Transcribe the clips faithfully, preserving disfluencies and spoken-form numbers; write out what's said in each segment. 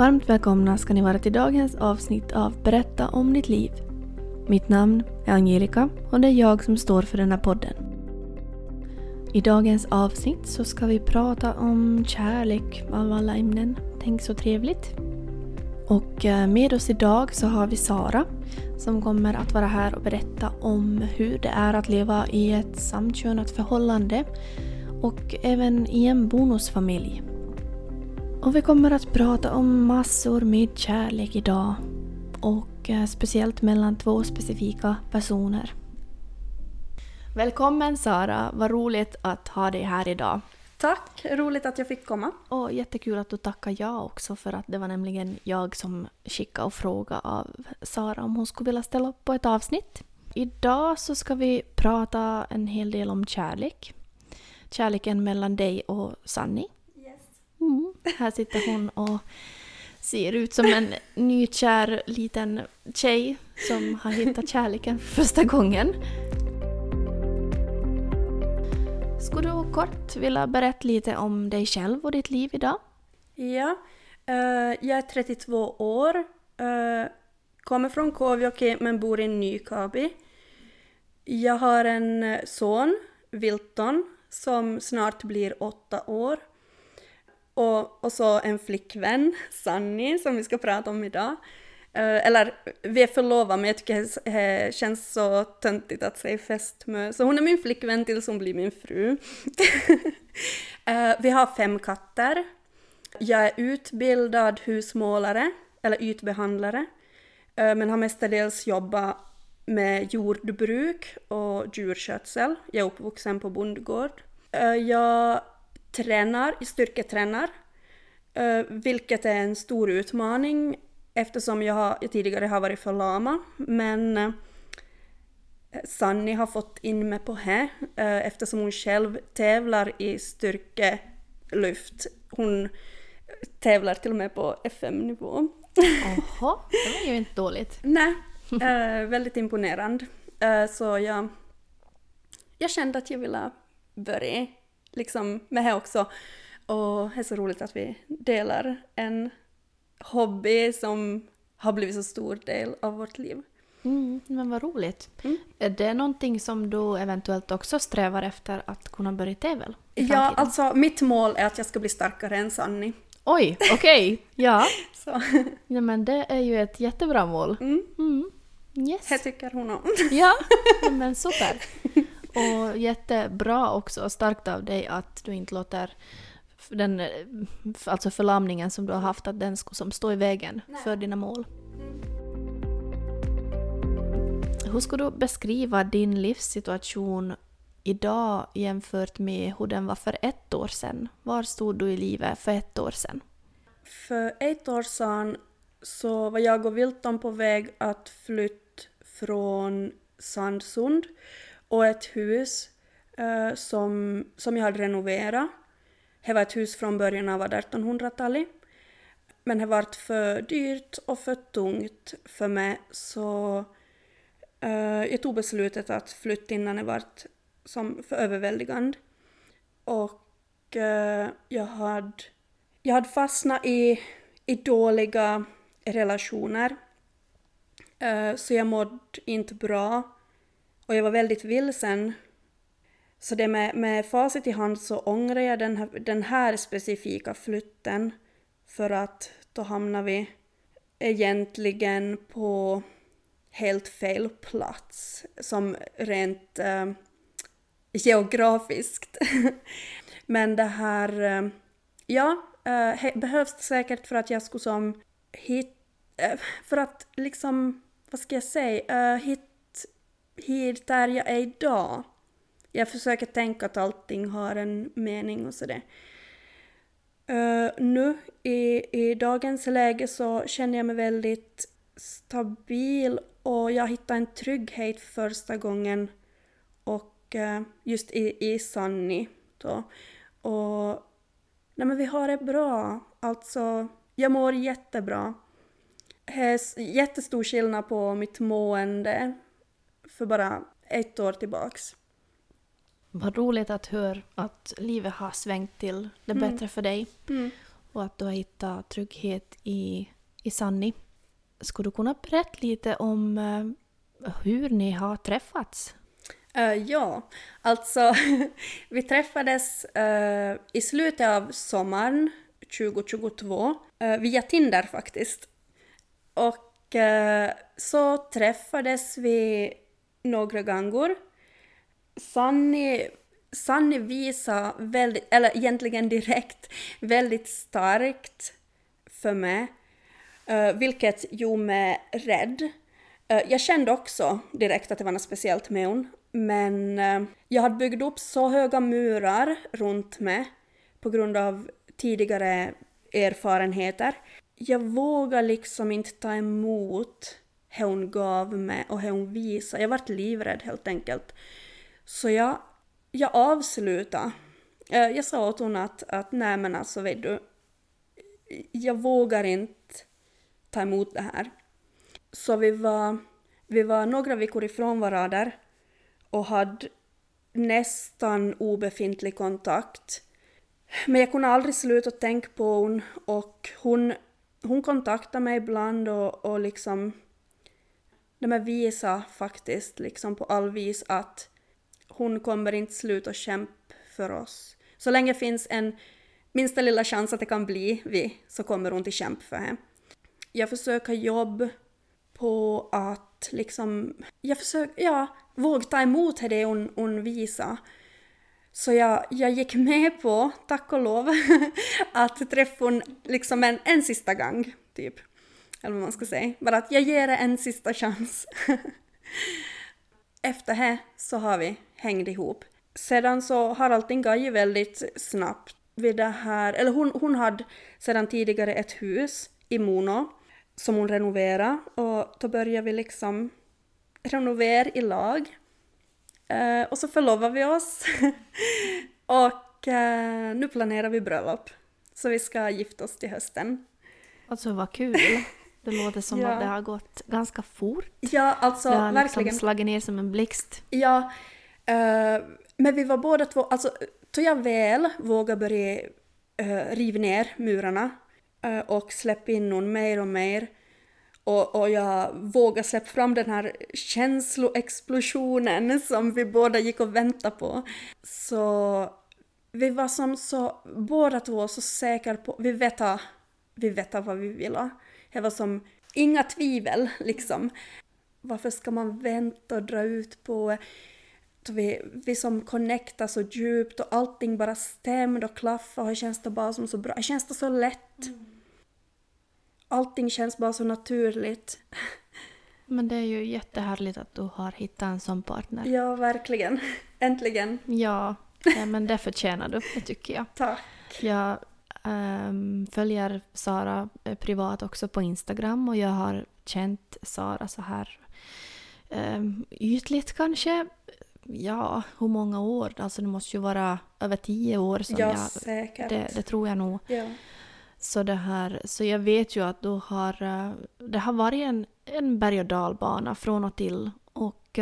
Varmt välkomna ska ni vara till dagens avsnitt av Berätta om ditt liv. Mitt namn är Angelica och det är jag som står för den här podden. I dagens avsnitt så ska vi prata om kärlek av alla ämnen. Tänk så trevligt. Och med oss idag så har vi Sara som kommer att vara här och berätta om hur det är att leva i ett samkönat förhållande och även i en bonusfamilj. Och vi kommer att prata om massor med kärlek idag och speciellt mellan två specifika personer. Välkommen Sara, vad roligt att ha dig här idag. Tack, roligt att jag fick komma. Och jättekul att du tackar ja också, för att det var nämligen jag som skickade och frågade av Sara om hon skulle vilja ställa upp på ett avsnitt. Idag så ska vi prata en hel del om kärlek. Kärleken mellan dig och Sanni. Yes. Mm. Här sitter hon och ser ut som en nykär liten tjej som har hittat kärleken för första gången. Skulle du kort vilja berätta lite om dig själv och ditt liv idag? Ja, uh, jag är trettiotvå år, uh, kommer från Kåvjoki men bor i Nykabi. Jag har en son, Wilton, som snart blir åtta år. Och, och så en flickvän, Sanni, som vi ska prata om idag. Uh, eller, vi är förlovade, men jag tycker det känns så töntigt att säga fästmö. Så hon är min flickvän tills hon blir min fru. uh, vi har fem katter. Jag är utbildad husmålare, eller ytbehandlare. Uh, men har mestadels jobbat med jordbruk och djurskötsel. Jag är uppvuxen på bondgård. Uh, jag tränar, styrketränar. Uh, vilket är en stor utmaning. Eftersom jag, har, jag tidigare har varit förlama, men eh, Sanni har fått in mig på det eh, eftersom hon själv tävlar i styrkelyft. Hon tävlar till och med på F M-nivå. Jaha, det var ju inte dåligt. Nej, eh, väldigt imponerande. Eh, så jag, jag kände att jag ville börja liksom, med det också. Och det är så roligt att vi delar en hobby som har blivit så stor del av vårt liv. Mm, men vad roligt. Mm. Är det någonting som du eventuellt också strävar efter att kunna börja tävla i framtiden? Ja, alltså mitt mål är att jag ska bli starkare än Sanni. Oj, okej. Okay. Ja. Så. Ja, men det är ju ett jättebra mål. Mm. Mm. Yes. Det tycker hon om. Ja, men super. Och jättebra också, starkt av dig att du inte låter den, alltså förlamningen som du har haft, att den ska som står i vägen Nej. För dina mål. Mm. Hur skulle du beskriva din livssituation idag jämfört med hur den var för ett år sedan? Var stod du i livet för ett år sedan? För ett år sedan så var jag och Wilton på väg att flytta från Sandsund och ett hus uh, som, som jag hade renoverat. Det var ett hus från början av artonhundratalet. Men det var för dyrt och för tungt för mig. Så uh, jag tog beslutet att flytta innan det var som för överväldigande. Och uh, jag hade, jag hade fastnat i, i dåliga relationer. Uh, så jag mådde inte bra. Och jag var väldigt vilsen. Så det med, med facit i hand så ångrar jag den här, den här specifika flytten, för att då hamnar vi egentligen på helt fel plats som rent eh, geografiskt. Men det här, eh, ja, eh, behövs säkert för att jag skulle som hit, eh, för att liksom, vad ska jag säga, eh, hit, hit där jag är idag. Jag försöker tänka att allting har en mening och sådär. Uh, nu i, i dagens läge så känner jag mig väldigt stabil och jag hittar en trygghet första gången. Och uh, just i, i Sanni då. Och nej, men vi har det bra. Alltså, jag mår jättebra. Det är jättestor skillnad på mitt mående för bara ett år tillbaks. Vad roligt att höra att livet har svängt till det mm. bättre för dig. Mm. och att du har hittat trygghet i, i Sanni. Skulle du kunna berätta lite om uh, hur ni har träffats? Uh, ja, alltså vi träffades uh, i slutet av sommaren tjugohundratjugotvå uh, via Tinder faktiskt. Och uh, så träffades vi några gånger. Sanni, Sanni visade väldigt, eller egentligen direkt, väldigt starkt för mig. Uh, vilket gjorde mig rädd. Uh, jag kände också direkt att det var något speciellt med hon. Men uh, jag hade byggt upp så höga murar runt mig på grund av tidigare erfarenheter. Jag vågade liksom inte ta emot hur hon gav mig och hur hon visade. Jag var livrädd helt enkelt. Så jag, jag avslutade. Uh, jag sa åt hon att, att nej men alltså vet du, jag vågar inte ta emot det här. Så vi var, vi var några veckor ifrån varandra och hade nästan obefintlig kontakt. Men jag kunde aldrig sluta tänka på hon och hon, hon kontaktade mig ibland och, och liksom de här visa faktiskt liksom på all vis att hon kommer inte sluta kämpa för oss. Så länge det finns en minsta lilla chans att det kan bli vi så kommer hon till kämpa för henne. Jag försöker jobba på att liksom, jag försöker, ja, våga ta emot det hon, hon visar. Så jag, jag gick med på, tack och lov, att träffa hon liksom en, en sista gång, typ. Eller vad man ska säga. Bara att jag ger det en sista chans. Efter det så har vi hängt ihop. Sedan så har allting gått väldigt snabbt vid det här. Eller hon, hon hade sedan tidigare ett hus i Mono som hon renoverade. Och då började vi liksom renovera i lag. Uh, och så förlovade vi oss. och uh, nu planerar vi bröllop. Så vi ska gifta oss till hösten. Alltså vad kul. Det låter som ja. att det har gått ganska fort. Ja, alltså det har verkligen. Liksom slagit ner som en blixt. Ja, uh, men vi var båda två, alltså då jag väl vågade börja uh, riva ner murarna uh, och släppa in någon mer och mer. Och, och jag vågade släppa fram den här känsloexplosionen som vi båda gick och väntade på. Så vi var som så, båda två så säkra på, vi vet, vi vet vad vi vill ha. Det var som inga tvivel liksom. Varför ska man vänta och dra ut på vi, vi som connectar så djupt och allting bara stämde och klaffade och det känns det bara som så bra. Det känns det så lätt. Mm. Allting känns bara så naturligt. Men det är ju jättehärligt att du har hittat en sån partner. Ja, verkligen. Äntligen. Ja, ja men det förtjänar du, det tycker jag. Tack. Jag ähm, följer Sara privat också på Instagram och jag har känt Sara så här ähm, ytligt kanske. Ja, hur många år? Alltså det måste ju vara över tio år. Som ja, jag, säkert. Det, det tror jag nog. Ja. Så, det här, så jag vet ju att du har, det har varit en, en berg- och dalbana från och till. Och,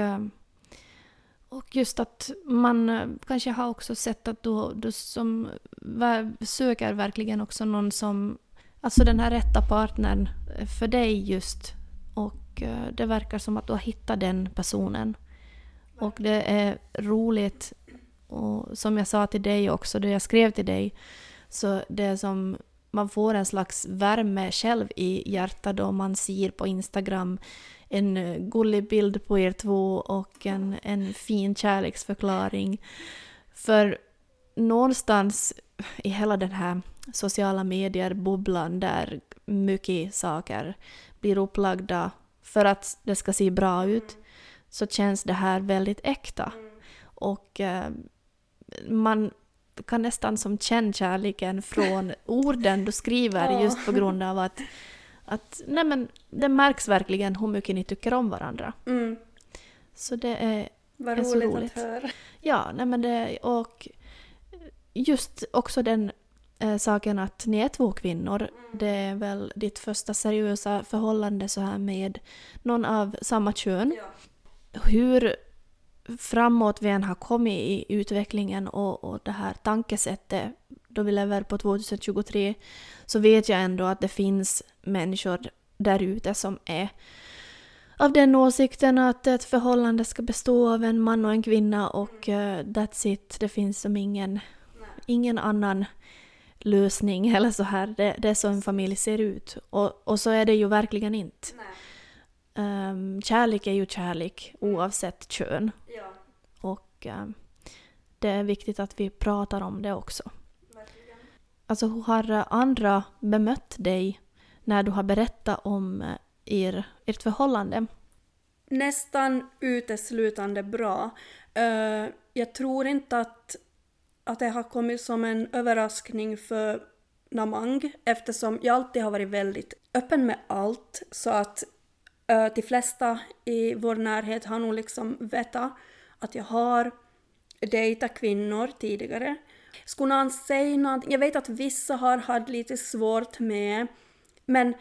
och just att man kanske har också sett att du, du som söker verkligen också någon som, alltså den här rätta partnern för dig just. Och det verkar som att du har hittat den personen. Och det är roligt, och som jag sa till dig också, det jag skrev till dig, så det är som man får en slags värme själv i hjärtat då man ser på Instagram en gullig bild på er två och en, en fin kärleksförklaring. För någonstans i hela den här sociala medier-bubblan där mycket saker blir upplagda för att det ska se bra ut, så känns det här väldigt äkta. Och eh, man kan nästan som känna kärleken från orden du skriver ja. just på grund av att, att nej men, det märks verkligen hur mycket ni tycker om varandra. Mm. Så det är, Vad är så roligt roligt. att höra. Ja, nej men det, och just också den eh, saken att ni är två kvinnor. Mm. Det är väl ditt första seriösa förhållande så här med någon av samma kön. Ja. Hur framåt vi än har kommit i utvecklingen och, och det här tankesättet då vi lever på tjugohundratjugotre, så vet jag ändå att det finns människor där ute som är av den åsikten att ett förhållande ska bestå av en man och en kvinna och uh, that's it. Det finns som ingen, ingen annan lösning eller så här. Det, det är så en familj ser ut. Och, och så är det ju verkligen inte. Um, kärlek är ju kärlek oavsett kön. Ja. Och um, det är viktigt att vi pratar om det också. Verkligen. Alltså hur har andra bemött dig när du har berättat om uh, er, ert förhållande? Nästan uteslutande bra. Uh, jag tror inte att, att det har kommit som en överraskning för Namang, eftersom jag alltid har varit väldigt öppen med allt, så att uh, de flesta i vår närhet har nog liksom vetat att jag har dejtat kvinnor tidigare. Skulle någon säga någonting? Jag vet att vissa har haft lite svårt med, men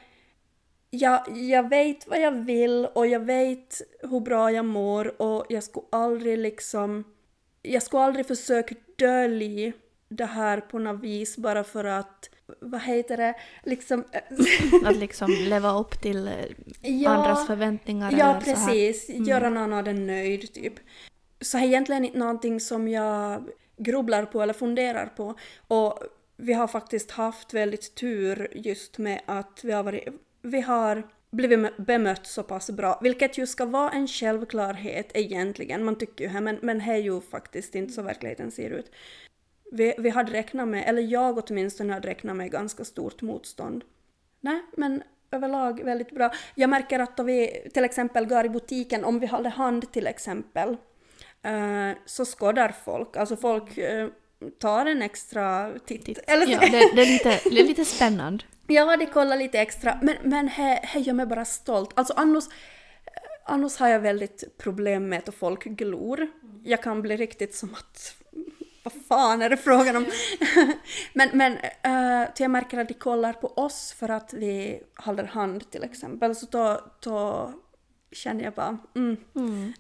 Jag, jag vet vad jag vill och jag vet hur bra jag mår, och jag skulle aldrig liksom jag skulle aldrig försöka dölja det här på något vis bara för att, vad heter det, liksom att liksom leva upp till ja, andras förväntningar. Ja, eller precis. Så här. Mm. Göra någon av den nöjd typ. Så är egentligen inte någonting som jag grubblar på eller funderar på, och vi har faktiskt haft väldigt tur just med att vi har varit Vi har blivit bemött så pass bra, vilket ju ska vara en självklarhet egentligen. Man tycker ju, men, men det är ju faktiskt inte så verkligheten ser ut. Vi, vi hade räknat med, eller jag åtminstone hade räknat med ganska stort motstånd. Nej, men överlag väldigt bra. Jag märker att då vi till exempel går i butiken, om vi håller hand till exempel, uh, så skådar folk. Alltså folk uh, tar en extra titt. titt. Eller ja, det, det, är lite, det är lite spännande. Ja, de kollar lite extra. Men, men det gör mig bara stolt. Alltså annars, annars har jag väldigt problem med att folk glor. Jag kan bli riktigt som att, vad fan är det frågan om? men men uh, jag märker att de kollar på oss för att vi håller hand till exempel. Så då, då känner jag bara, mm. Mm.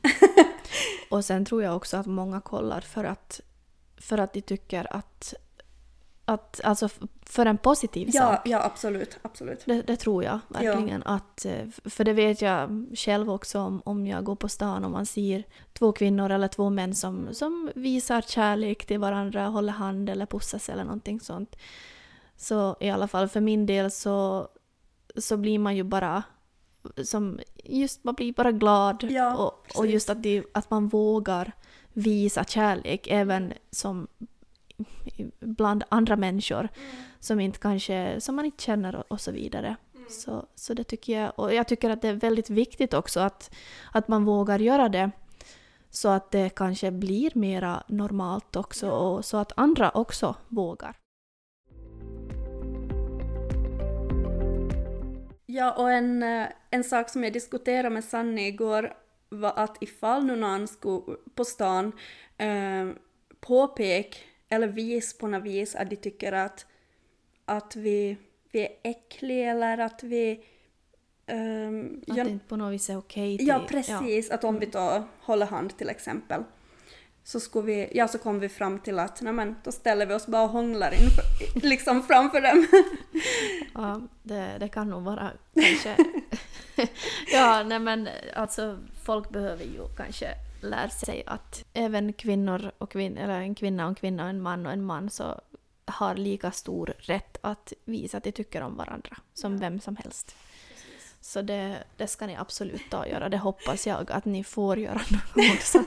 Och sen tror jag också att många kollar för att, för att de tycker att Att, alltså för en positiv ja, sak. Ja, absolut. absolut. Det, det tror jag verkligen. Ja. Att, för det vet jag själv också om, om jag går på stan och man ser två kvinnor eller två män som, som visar kärlek till varandra, håller hand eller pussas eller någonting sånt. Så i alla fall för min del så, så blir man ju bara som, just man blir bara glad. Ja, och, och just att, det, att man vågar visa kärlek även som bland andra människor mm. som inte kanske som man inte känner och, och så vidare. Mm. Så så det tycker jag, och jag tycker att det är väldigt viktigt också att att man vågar göra det så att det kanske blir mera normalt också, ja. Och så att andra också vågar. Ja, och en en sak som jag diskuterade med Sanne igår var att ifall nu någon skulle på stan eh, påpeka eller vis på något vis att de tycker att, att vi, vi är äckliga eller att vi... Um, att jag, det inte på något vis är okej. Okay ja, precis. Ja. Att om vi då håller hand till exempel, så, skulle vi, ja, så kom vi fram till att nej, men, då ställer vi oss bara och hånglar inför, liksom framför dem. Ja, det, det kan nog vara kanske... ja, nej men alltså folk behöver ju kanske lär sig att även kvinnor och kvin- eller en kvinna och en kvinna och en man och en man så har lika stor rätt att visa att de tycker om varandra som ja. Vem som helst. Precis. Så det, det ska ni absolut ta göra. Det hoppas jag att ni får göra någon också.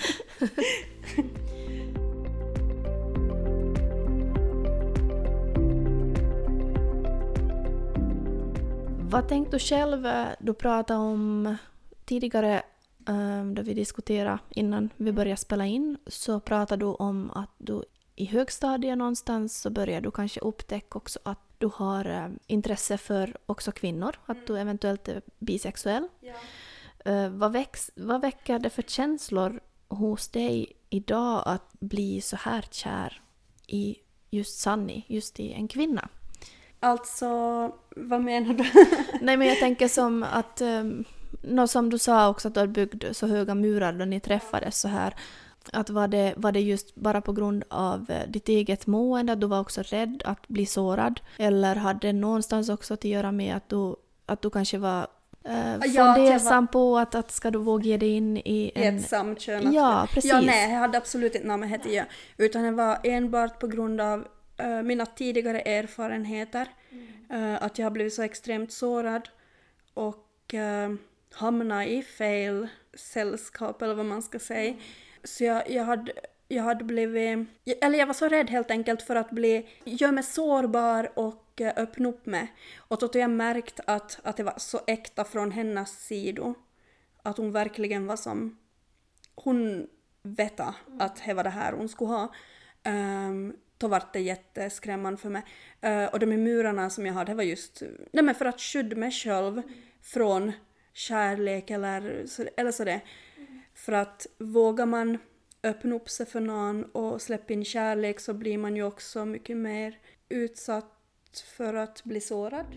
Vad tänkte du själv? Du pratade om tidigare då vi diskuterade innan vi började spela in, så pratade du om att du i högstadiet någonstans så började du kanske upptäcka också att du har äh, intresse för också kvinnor, mm. att du eventuellt är bisexuell. Ja. Äh, vad, väx, vad väcker det för känslor hos dig idag att bli så här kär i just Sanni, just i en kvinna? Alltså, vad menar du? Nej, men jag tänker som att... Ähm, Nå, som du sa också att du har byggt så höga murar då ni träffades så här. Att var det, var det just bara på grund av ditt eget mående, att du var också rädd att bli sårad? Eller hade det någonstans också att göra med att du, att du kanske var eh, fundersam var... på att, att ska du våga ge dig in i en... I ett samkönat... Ja, precis. Ja, nej, jag hade absolut inte något med det att göra. Utan det var enbart på grund av uh, mina tidigare erfarenheter. Mm. Uh, att jag har blivit så extremt sårad. Och uh, hamnat i fel sällskap, eller vad man ska säga. Mm. Så jag, jag, hade, jag hade blivit... Eller jag var så rädd helt enkelt för att bli... Gör mig sårbar och uh, öppna upp mig. Och då har jag märkt att, att det var så äkta från hennes sida. Att hon verkligen var som... Hon veta att det var det här hon skulle ha. Um, då var det jätteskrämmande för mig. Uh, och de här murarna som jag hade var just... Nej, men för att skydda mig själv mm. från kärlek eller, eller sådär. Mm. För att vågar man öppna upp sig för någon och släppa in kärlek så blir man ju också mycket mer utsatt för att bli sårad.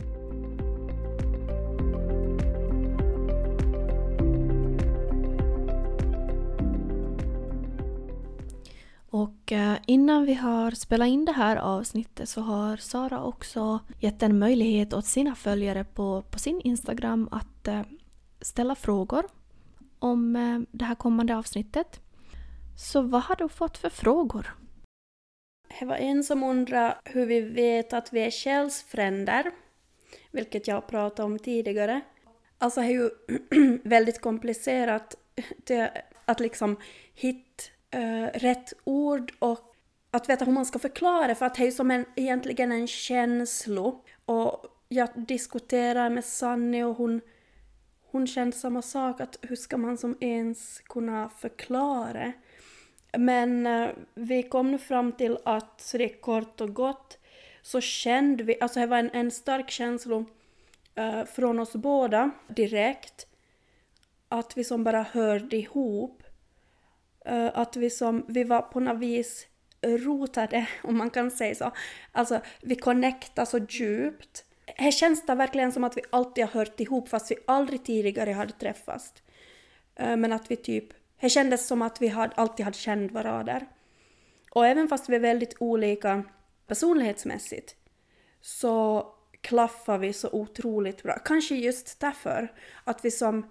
Och innan vi har spelat in det här avsnittet så har Sara också gett en möjlighet åt sina följare på, på sin Instagram att äh, ställa frågor om äh, det här kommande avsnittet. Så vad har du fått för frågor? Det var en som undrar hur vi vet att vi är själsfränder, vilket jag pratade om tidigare. Alltså det är ju väldigt komplicerat att liksom hitta Uh, rätt ord och att veta hur man ska förklara, för att det är ju som en, egentligen en känsla. Och jag diskuterar med Sanni och hon, hon kände samma sak, att hur ska man som ens kunna förklara. Men uh, vi kom nu fram till att, så det är kort och gott, så kände vi, alltså det var en, en stark känsla uh, från oss båda direkt, att vi som bara hörde ihop. Uh, att vi som, vi var på något vis rotade, om man kan säga så. Alltså, vi connectade så djupt. Det känns det verkligen som att vi alltid har hört ihop, fast vi aldrig tidigare hade träffats. Uh, men att vi typ, det kändes som att vi hade, alltid hade känt varandra. Och även fast vi är väldigt olika personlighetsmässigt, så klaffar vi så otroligt bra. Kanske just därför att vi som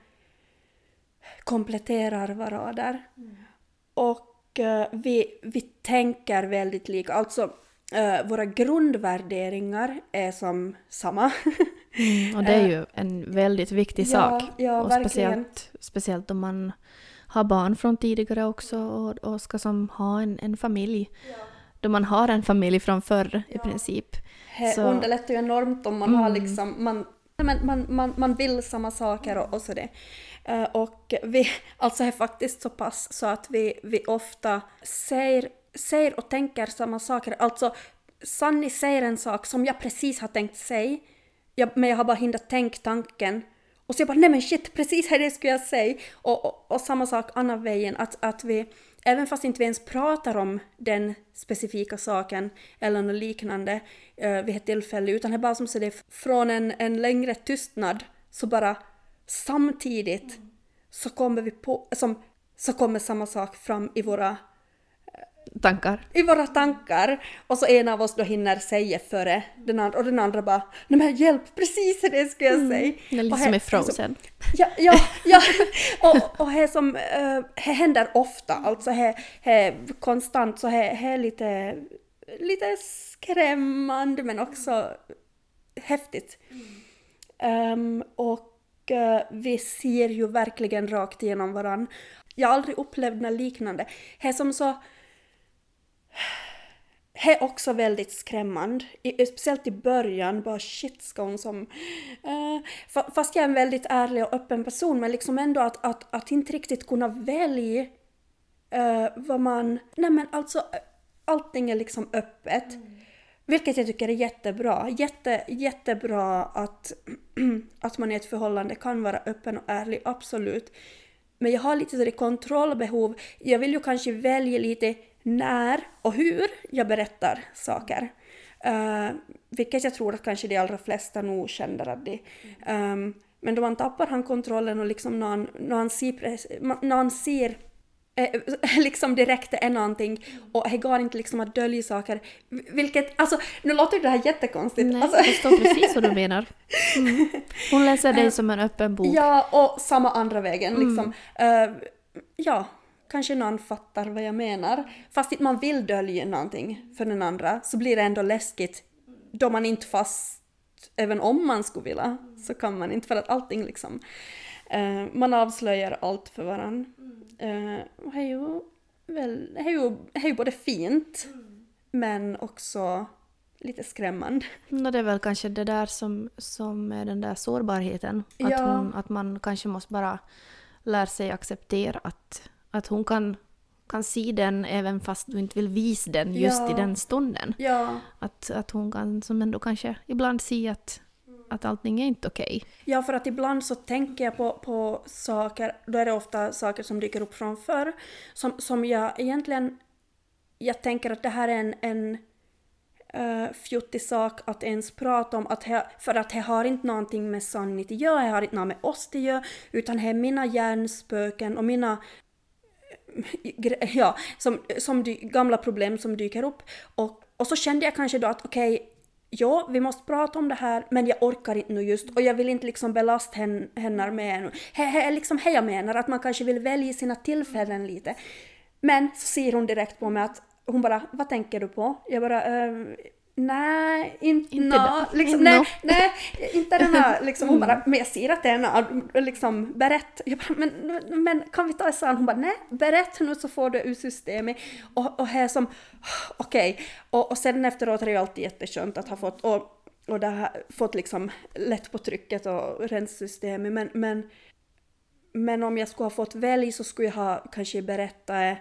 kompletterar varandra. Mm. Och uh, vi, vi tänker väldigt lika. Alltså uh, våra grundvärderingar är som samma. Mm, och det är ju en väldigt viktig ja, sak. Ja, och speciellt, speciellt om man har barn från tidigare också och, och ska som ha en, en familj. Ja. Då man har en familj från förr ja. i princip. Det så... underlättar ju enormt om man mm. har liksom... Man, man, man, man, man vill samma saker och, och så det. Uh, och vi, alltså är faktiskt så pass så att vi, vi ofta säger, säger och tänker samma saker. Alltså Sanni säger en sak som jag precis har tänkt säga, jag, men jag har bara hindat tänka tanken. Och så jag bara, nej men shit, precis här det skulle jag säga. Och, och, och samma sak annan vägen, att, att vi, även fast inte vi ens pratar om den specifika saken eller något liknande uh, vid ett tillfälle, utan det är bara som så det från en, en längre tystnad så bara samtidigt mm. så kommer vi på som så kommer samma sak fram i våra tankar. I våra tankar och så en av oss då hinner säga före den andra och den andra bara nej men hjälp, precis det ska jag mm. säga. Det är lite som i Frozen. Ja ja ja och och det som uh, det händer ofta, alltså det är konstant, så det är lite lite skrämmande men också häftigt. Mm. Um, och vi ser ju verkligen rakt igenom varann. Jag har aldrig upplevt något liknande. Det är som så... Det är också väldigt skrämmande. I, speciellt i början. Bara shit ska hon som... Uh, fast jag är en väldigt ärlig och öppen person. Men liksom ändå att, att, att inte riktigt kunna välja uh, vad man... Nej men alltså... Allting är liksom öppet. Mm. Vilket jag tycker är jättebra. Jätte, jättebra att, att man i ett förhållande kan vara öppen och ärlig, absolut. Men jag har lite sådär kontrollbehov. Jag vill ju kanske välja lite när och hur jag berättar saker. Uh, vilket jag tror att kanske de allra flesta nog känner att det. Um, men då man tappar han kontrollen och liksom någon, någon, ser, någon ser eh, liksom direkt är någonting och det går inte liksom att dölja saker. Vilket, alltså, nu låter det här jättekonstigt. Nej, alltså. jag förstår precis vad du menar. Mm. Hon läser dig som en öppen bok. Ja, och samma andra vägen. Mm. Liksom. Uh, ja, kanske någon fattar vad jag menar. Fast inte man vill dölja någonting för den andra så blir det ändå läskigt då man inte fast, även om man skulle vilja, så kan man inte för att allting liksom, uh, man avslöjar allt för varandra. Uh, och det är ju, väl, det är ju, det är ju både fint men också lite skrämmande. No, det är väl kanske det där som, som är den där sårbarheten. Att, Ja. hon, att man kanske måste bara lära sig acceptera att, att hon kan, kan se den även fast du inte vill visa den just Ja. i den stunden. Ja. Att, att hon kan som ändå kanske ibland se att, att allting är inte okej. Ja, för att ibland så tänker jag på, på saker, då är det ofta saker som dyker upp från förr, som, som jag egentligen, jag tänker att det här är en, en uh, fjuttig sak att ens prata om, att he, för att det har inte någonting med sanning att göra, det har inte något med oss att göra, utan det är mina hjärnspöken och mina ja, som, som dy, gamla problem som dyker upp. Och, och så kände jag kanske då att okej, okay, ja, vi måste prata om det här, men jag orkar inte nu just, och jag vill inte liksom belasta henne, henne med nu. Det är liksom här jag menar, att man kanske vill välja sina tillfällen lite. Men så ser hon direkt på mig att hon bara, vad tänker du på? Jag bara, äh, nej, inte, inte no, liksom, nej, nej, inte den här, liksom, hon bara, men jag ser att det är en, liksom, berätt. Jag bara, men, men kan vi ta en? Hon bara, nej, berätt nu så får du ur systemet. Och, och här som, okej, okay. och, och sen efteråt är det ju alltid jätteskönt att ha fått, och, och det har fått liksom lätt på trycket och renssystemet, men, men, men om jag skulle ha fått välja så skulle jag ha kanske berättat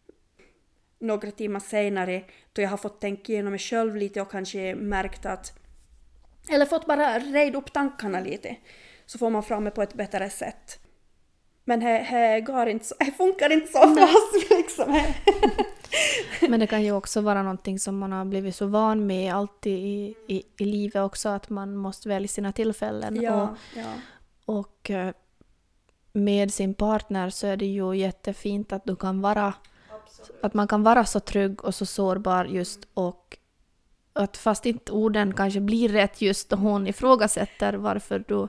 några timmar senare då jag har fått tänka igenom mig själv lite och kanske märkt att, eller fått bara reda upp tankarna lite, så får man fram det på ett bättre sätt. Men det går inte så, det funkar inte så fast liksom. Men det kan ju också vara någonting som man har blivit så van med alltid i, i, i livet också, att man måste välja sina tillfällen. Ja, och, ja. och med sin partner så är det ju jättefint att du kan vara att man kan vara så trygg och så sårbar just, och att fast inte orden kanske blir rätt just och hon ifrågasätter varför du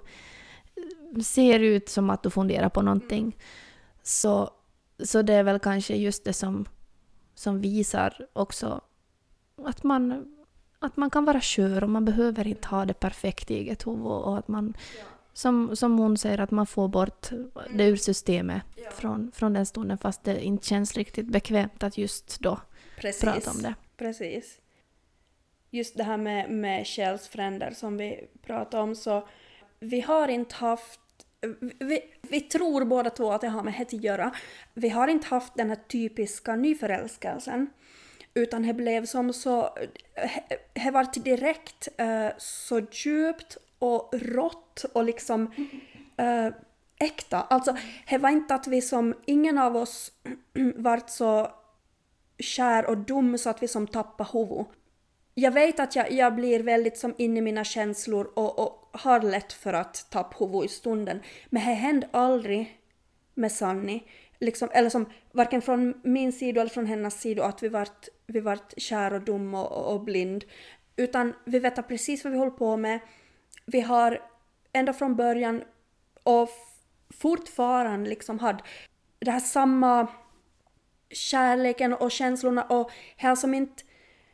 ser ut som att du funderar på någonting, så, så det är väl kanske just det som, som visar också att man, att man kan vara skör och man behöver inte ha det perfekt i eget huvud, och att man Som, som hon säger, att man får bort det ur systemet ja. från, från den stunden, fast det inte känns riktigt bekvämt att just då Precis. prata om det. Precis. Just det här med, med själsfränder som vi pratar om, så vi har inte haft, vi, vi tror båda två att det har med det att göra. Vi har inte haft den här typiska nyförälskelsen, utan det blev som så, det var direkt uh, så djupt och rått och liksom äh, äkta. Alltså, det var inte att vi som, ingen av oss vart så kär och dum så att vi som tappar huvud. Jag vet att jag, jag blir väldigt som inne i mina känslor och, och har lätt för att tappa huvud i stunden. Men det hände aldrig med Sanni. Liksom, eller som, varken från min sida eller från hennes sida, att vi vart, vi vart kär och dum och, och, och blind. Utan vi vet precis vad vi håller på med. Vi har ända från början och f- fortfarande liksom hade det här samma kärleken och känslorna, och här som inte...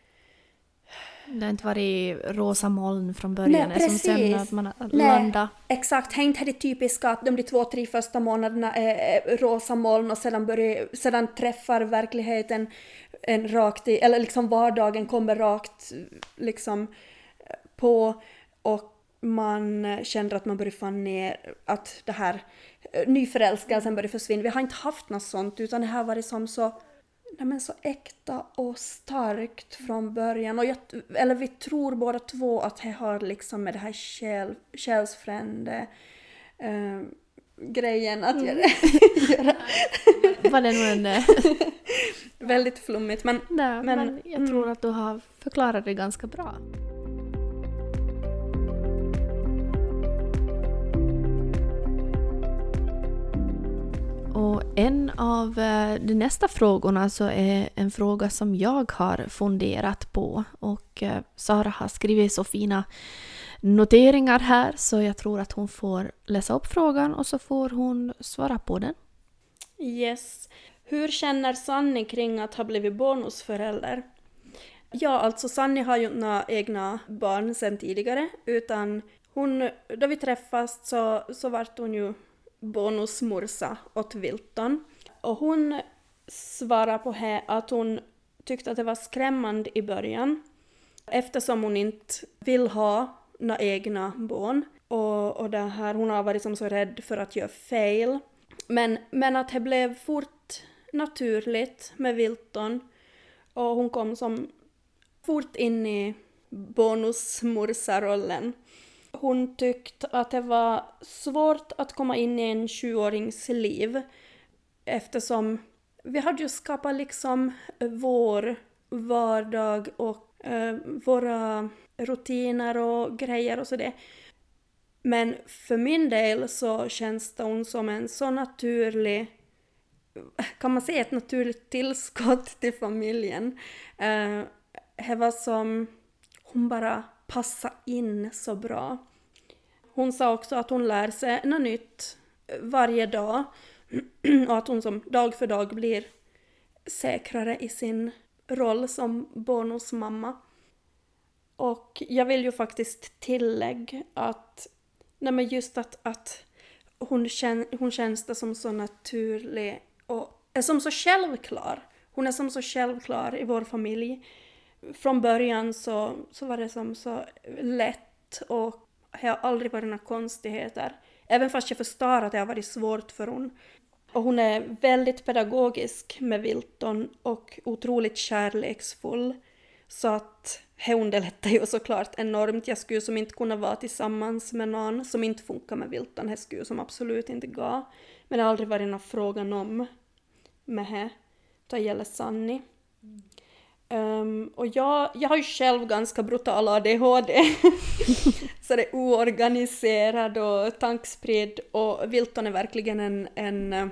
Det har inte varit rosa moln från början. Nej, som sen att man Nej, landa. Exakt, det är inte det typiska att de, de två, tre första månaderna är rosa moln och sedan, börjar, sedan träffar verkligheten en rakt i, eller liksom vardagen kommer rakt liksom på, och man känner att man börjar få ner, att det här nyförälskelsen börjar försvinna. Vi har inte haft något sånt, utan det här var det som så, nej men så äkta och starkt från början. Och jag, eller vi tror båda två att det har liksom med det här själ, själsfrände äh, grejen att göra. göra. Var det nog en... Väldigt flummigt, men... Nej, men, men jag tror mm. att du har förklarat det ganska bra. Och en av de nästa frågorna så är en fråga som jag har funderat på. Och Sara har skrivit så fina noteringar här så jag tror att hon får läsa upp frågan och så får hon svara på den. Yes. Hur känner Sanni kring att ha blivit bonusförälder? Ja, alltså Sanni har ju inte egna barn sedan tidigare, utan hon, då vi träffas så, så vart hon ju bonusmorsa åt Wilton. Och hon svarade på det att hon tyckte att det var skrämmande i början, eftersom hon inte vill ha några egna barn. Och, och det här, hon har varit som så rädd för att göra fel. Men, men att det blev fort naturligt med Wilton. Och hon kom som fort in i bonusmorsarollen. Hon tyckte att det var svårt att komma in i en tjugoårings liv. Eftersom vi hade ju skapat liksom vår vardag och eh, våra rutiner och grejer och sådär. Men för min del så känns det hon som en så naturlig, kan man säga ett naturligt tillskott till familjen. Eh, det var som hon bara passade in så bra. Hon sa också att hon lär sig något nytt varje dag och att hon som dag för dag blir säkrare i sin roll som bonusmamma. Och jag vill ju faktiskt tillägga att, nej men just att, att hon, kän, hon känns det som så naturlig och är som så självklar. Hon är som så självklar i vår familj. Från början så, så var det som så lätt och det har aldrig varit några konstigheter. Även fast jag förstår att det har varit svårt för hon. Och hon är väldigt pedagogisk med Wilton och otroligt kärleksfull. Så att det underlättar ju såklart enormt. Jag skulle som inte kunna vara tillsammans med någon som inte funkar med Wilton. Det skulle som absolut inte gå. Men det har aldrig varit någon frågan om med det. Det gäller Sanni. Mm. Um, och jag, jag har ju själv ganska brutal A D H D. Så det är oorganiserad och tankspridd. Och Wilton är verkligen en, en,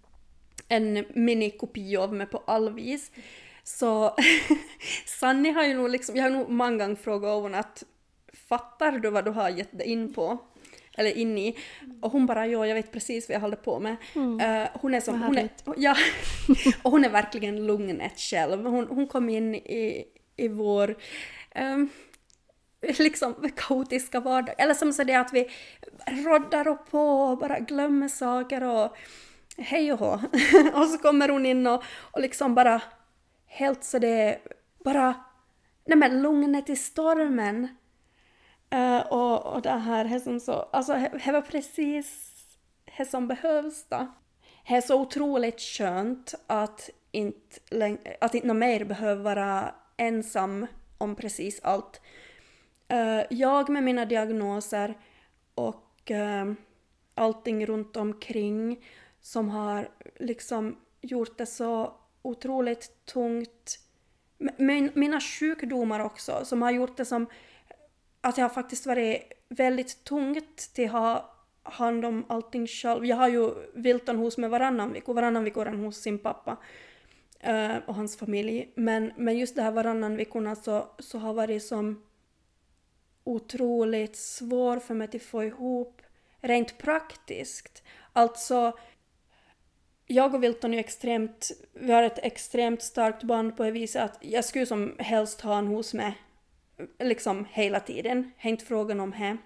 en minikopia av mig på all vis. Så Sanni har ju nog liksom, jag har nog många gånger frågat hon att fattar du vad du har gett dig in på? Eller in i. Och hon bara, ja, jag vet precis vad jag håller på med. Mm. Uh, hon är som, hon är, ja, och hon är verkligen lugnet själv. Hon, hon kom in i, i vår um, liksom kaotiska vardag. Eller som så det att vi roddar och på och bara glömmer saker och hej och hå. Och så kommer hon in och, och liksom bara helt så det bara, nej men lugnet i stormen. Uh, och, och det här är som så, alltså det var precis det som behövs då. Det är så otroligt skönt att inte, att inte mer behöver vara ensam om precis allt. Uh, jag med mina diagnoser och uh, allting runt omkring som har liksom gjort det så otroligt tungt. Min, mina sjukdomar också som har gjort det som att jag har faktiskt varit väldigt tungt till att ha hand om allting själv. Jag har ju Wilton hos mig varannan vecka och varannan vecka går han hos sin pappa uh, och hans familj. Men, men just det här varannan veckorna så, så har varit som otroligt svår för mig att få ihop rent praktiskt. Alltså, jag och Wilton är extremt, vi har ett extremt starkt band på ett vis att jag skulle som helst ha han hos mig liksom hela tiden. Det är inte frågan om det.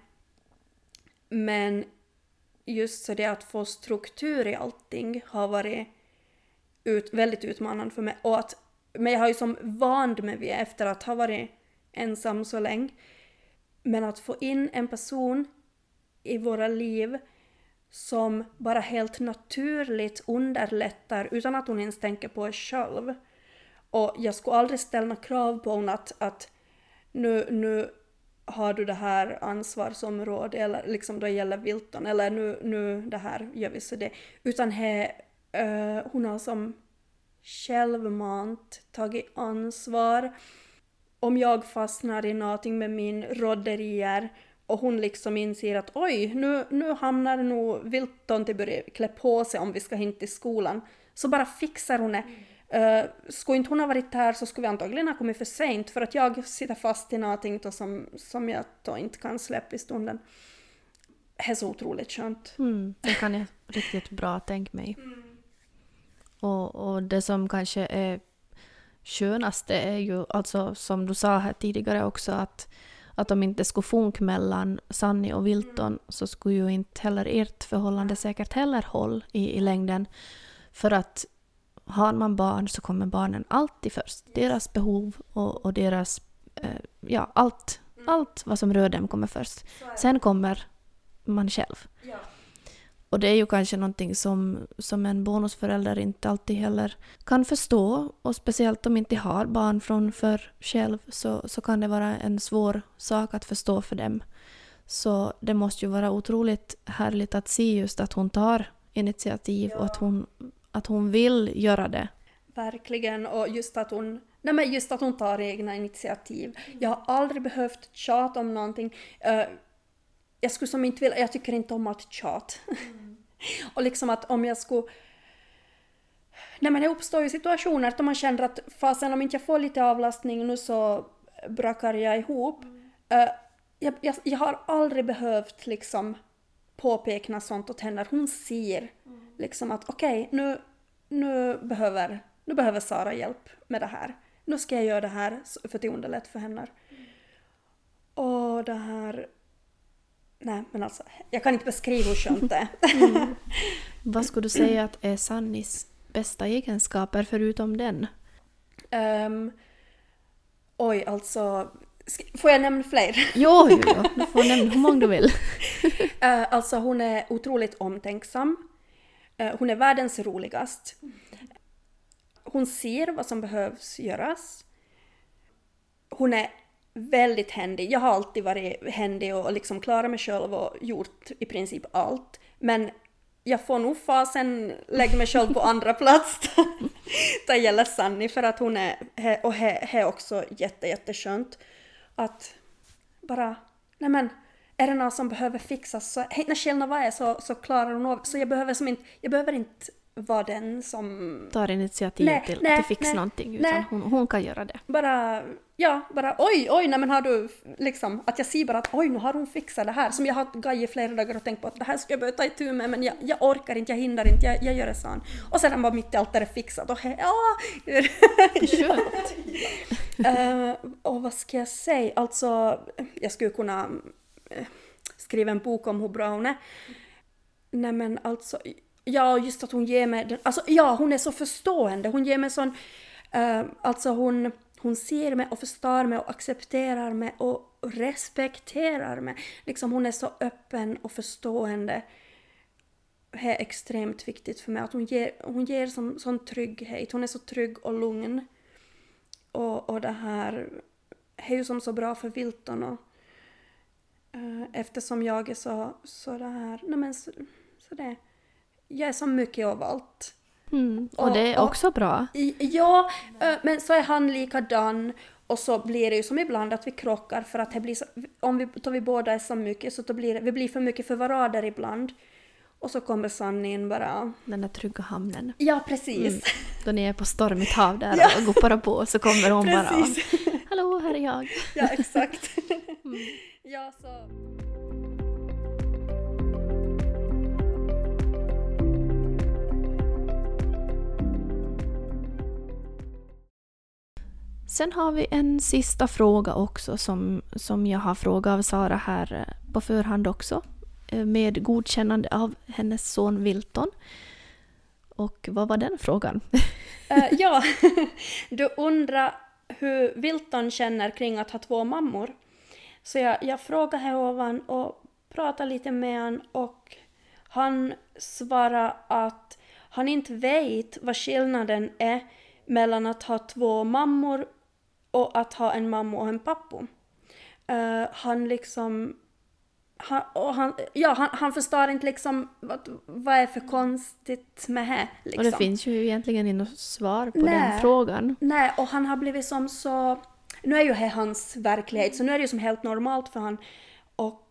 Men just så det att få struktur i allting har varit ut, väldigt utmanande för mig. Och att, men jag har ju som vand med vi efter att ha varit ensam så länge. Men att få in en person i våra liv som bara helt naturligt underlättar utan att hon ens tänker på det själv. Och jag skulle aldrig ställa krav på hon att, att nu, nu har du det här ansvarsområdet eller liksom då gäller Wilton eller nu, nu det här gör vi så det. Utan he, uh, hon har som självmant tagit ansvar. Om jag fastnar i någonting med min rodderier och hon liksom inser att oj, nu, nu hamnar nog Wilton till börja klä på sig om vi ska hin till skolan. Så bara fixar hon det. Mm. Uh, skulle inte hon ha varit här så skulle vi antagligen ha kommit för sent. För att jag sitter fast i någonting då som, som jag då inte kan släppa i stunden. Det är så otroligt skönt. Mm, det kan jag riktigt bra tänka mig. Mm. Och, och det som kanske är skönaste är ju, alltså som du sa här tidigare också, att, att om inte skulle funka mellan Sanni och Wilton mm. så skulle ju inte heller ert förhållande säkert heller håll i, i längden. För att har man barn så kommer barnen alltid först. Deras behov och, och deras, eh, ja allt, mm. allt vad som rör dem kommer först. Sen kommer man själv. Ja. Och det är ju kanske någonting som, som en bonusförälder inte alltid heller kan förstå. Och speciellt om inte har barn från för själv så, så kan det vara en svår sak att förstå för dem. Så det måste ju vara otroligt härligt att se just att hon tar initiativ. Ja. Och att hon, att hon vill göra det. Verkligen, och just att hon, nej men just att hon tar egna initiativ. Jag har aldrig behövt tjata om någonting. Uh, Jag skulle som inte vilja, jag tycker inte om att tjat. Mm. Och liksom att om jag skulle... Nej men det uppstår ju situationer där man känner att fasen om inte jag får lite avlastning nu så brakar jag ihop. Mm. Uh, jag, jag, jag har aldrig behövt liksom påpeka sånt åt henne. Hon ser mm. liksom att okej, okay, nu, nu, behöver, nu behöver Sara hjälp med det här. Nu ska jag göra det här för att underlätta för henne. Mm. Och det här... Nej, men alltså, jag kan inte beskriva hur skönt det är. Mm. Vad skulle du säga att är Sannis bästa egenskaper förutom den? Um, oj, alltså... Får jag nämna fler? Jo, jo, jo. Du får nämna hur många du vill. uh, alltså, hon är otroligt omtänksam. Uh, hon är världens roligast. Hon ser vad som behövs göras. Hon är väldigt händig. Jag har alltid varit händig och liksom klarat mig själv och gjort i princip allt. Men jag får nog fasen lägga mig själv på andra plats. Det gäller Sanni för att hon är, och det är också jätte, jätteskönt att bara, nej men, är det någon som behöver fixas så, när Kjellna vad är så, så klarar hon av. Så jag behöver, som inte, jag behöver inte vara den som tar initiativ nej, till att fixa nej, någonting utan nej. Hon, hon kan göra det. Bara, ja, bara oj, oj, nej men har du liksom, att jag ser bara att oj, nu har hon fixat det här som jag har gaj i flera dagar och tänkt på att det här ska jag börja ta itu med men jag, jag orkar inte, jag hindrar inte, jag, jag gör det sån. Och sedan var mitt i allt är fixat och he, ja. Skönt. uh, och vad ska jag säga? Alltså, jag skulle kunna uh, skriva en bok om hur bra hon är. Nej men alltså, ja just att hon ger mig, den, alltså ja hon är så förstående, hon ger mig sån, uh, alltså hon Hon ser mig och förstår mig och accepterar mig och respekterar mig. Liksom hon är så öppen och förstående. Det är extremt viktigt för mig. Att hon ger, hon ger sån, sån trygghet. Hon är så trygg och lugn. Och, och det här är ju som så bra för Wilton. Och, uh, eftersom jag är så, så det här... Nej men så, så det, jag är så mycket av allt. Mm, och, och det är också och, bra. Ja, men så är han likadan och så blir det ju som ibland att vi krockar för att det blir så, om vi, då vi båda är så mycket så då blir det, vi blir för mycket för varandra ibland. Och så kommer sanningen bara... Den där trygga hamnen. Ja, precis. Mm. Då ni är på stormigt hav där ja. Och guppar på så kommer hon bara... Hallå, här är jag. Ja, exakt. Mm. Ja, så... Sen har vi en sista fråga också som, som jag har frågat av Sara här på förhand också. Med godkännande av hennes son Wilton. Och vad var den frågan? uh, ja, du undrar hur Wilton känner kring att ha två mammor. Så jag, jag frågade här ovan och pratade lite med han och han svarade att han inte vet vad skillnaden är mellan att ha två mammor och att ha en mamma och en pappa. Uh, han liksom... Han, och han, ja, han, han förstår inte liksom vad, vad är för konstigt med det. Liksom. Och det finns ju egentligen inte något svar på nej, den frågan. Nej, och han har blivit som så... Nu är ju det hans verklighet, så nu är det ju som helt normalt för han. Och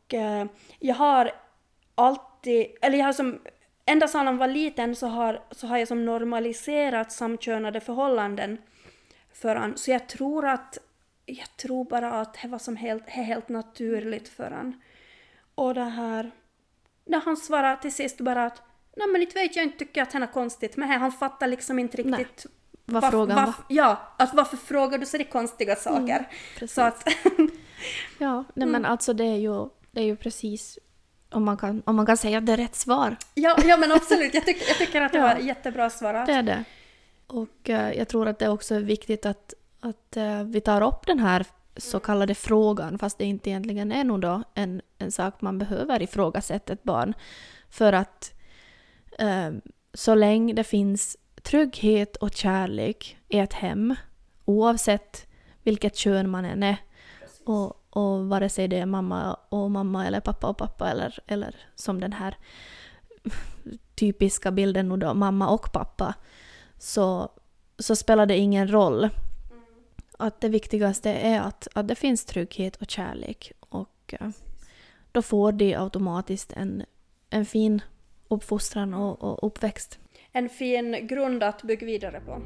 Och eh, jag har alltid, eller jag har som, ända sedan han var liten så har, så har jag som normaliserat samkönade förhållanden för han. Så jag tror att, jag tror bara att det var som helt, helt naturligt för han. Och det här, när han svarar till sist bara att nej men inte vet jag inte tycker att han är konstigt, men han fattar liksom inte riktigt vad var frågan var. Ja, att varför frågar du så det konstiga saker? Mm, så att ja, nej men alltså det är ju det är ju precis om man kan om man kan säga att det är rätt svar. Ja, ja men absolut. Jag tycker jag tycker att det ja, var jättebra svarat. Det är det. Och uh, jag tror att det också är viktigt att att uh, vi tar upp den här så kallade frågan, fast det inte egentligen är nog då en en sak man behöver ifrågasätta ett barn, för att uh, så länge det finns trygghet och kärlek i ett hem, oavsett vilket kön man än är, och, och vare sig det är mamma och mamma eller pappa och pappa eller, eller som den här typiska bilden nu då, mamma och pappa, så, så spelar det ingen roll. Att det viktigaste är att, att det finns trygghet och kärlek, och uh, då får de automatiskt en, en fin uppfostran och, och uppväxt. En fin grund att bygga vidare på.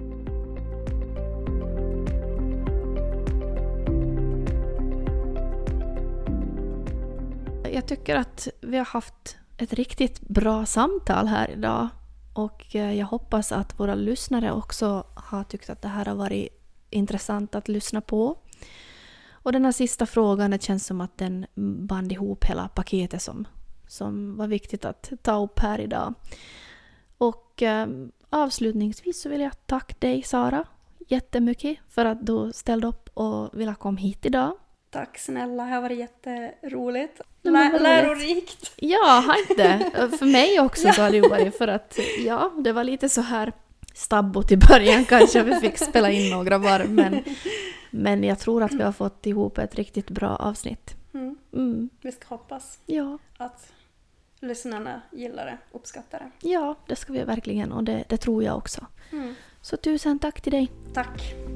Jag tycker att vi har haft ett riktigt bra samtal här idag, och jag hoppas att våra lyssnare också har tyckt att det här har varit intressant att lyssna på. Och den här sista frågan, det känns som att den band ihop hela paketet som, som var viktigt att ta upp här idag. Och eh, avslutningsvis så vill jag tacka dig, Sara, jättemycket för att du ställde upp och ville komma hit idag. Tack snälla, det har varit jätteroligt. Ja, Lä- lärorikt. Ja, har inte. För mig också så har det ju varit, för att ja, det var lite så här stabbot i början kanske. Vi fick spela in några varv, men, men jag tror att vi har fått ihop ett riktigt bra avsnitt. Mm. Mm. Vi ska hoppas ja. att lyssnarna gillar det, uppskattar det. Ja, det ska vi verkligen, och det, det tror jag också. Mm. Så tusen tack till dig. Tack.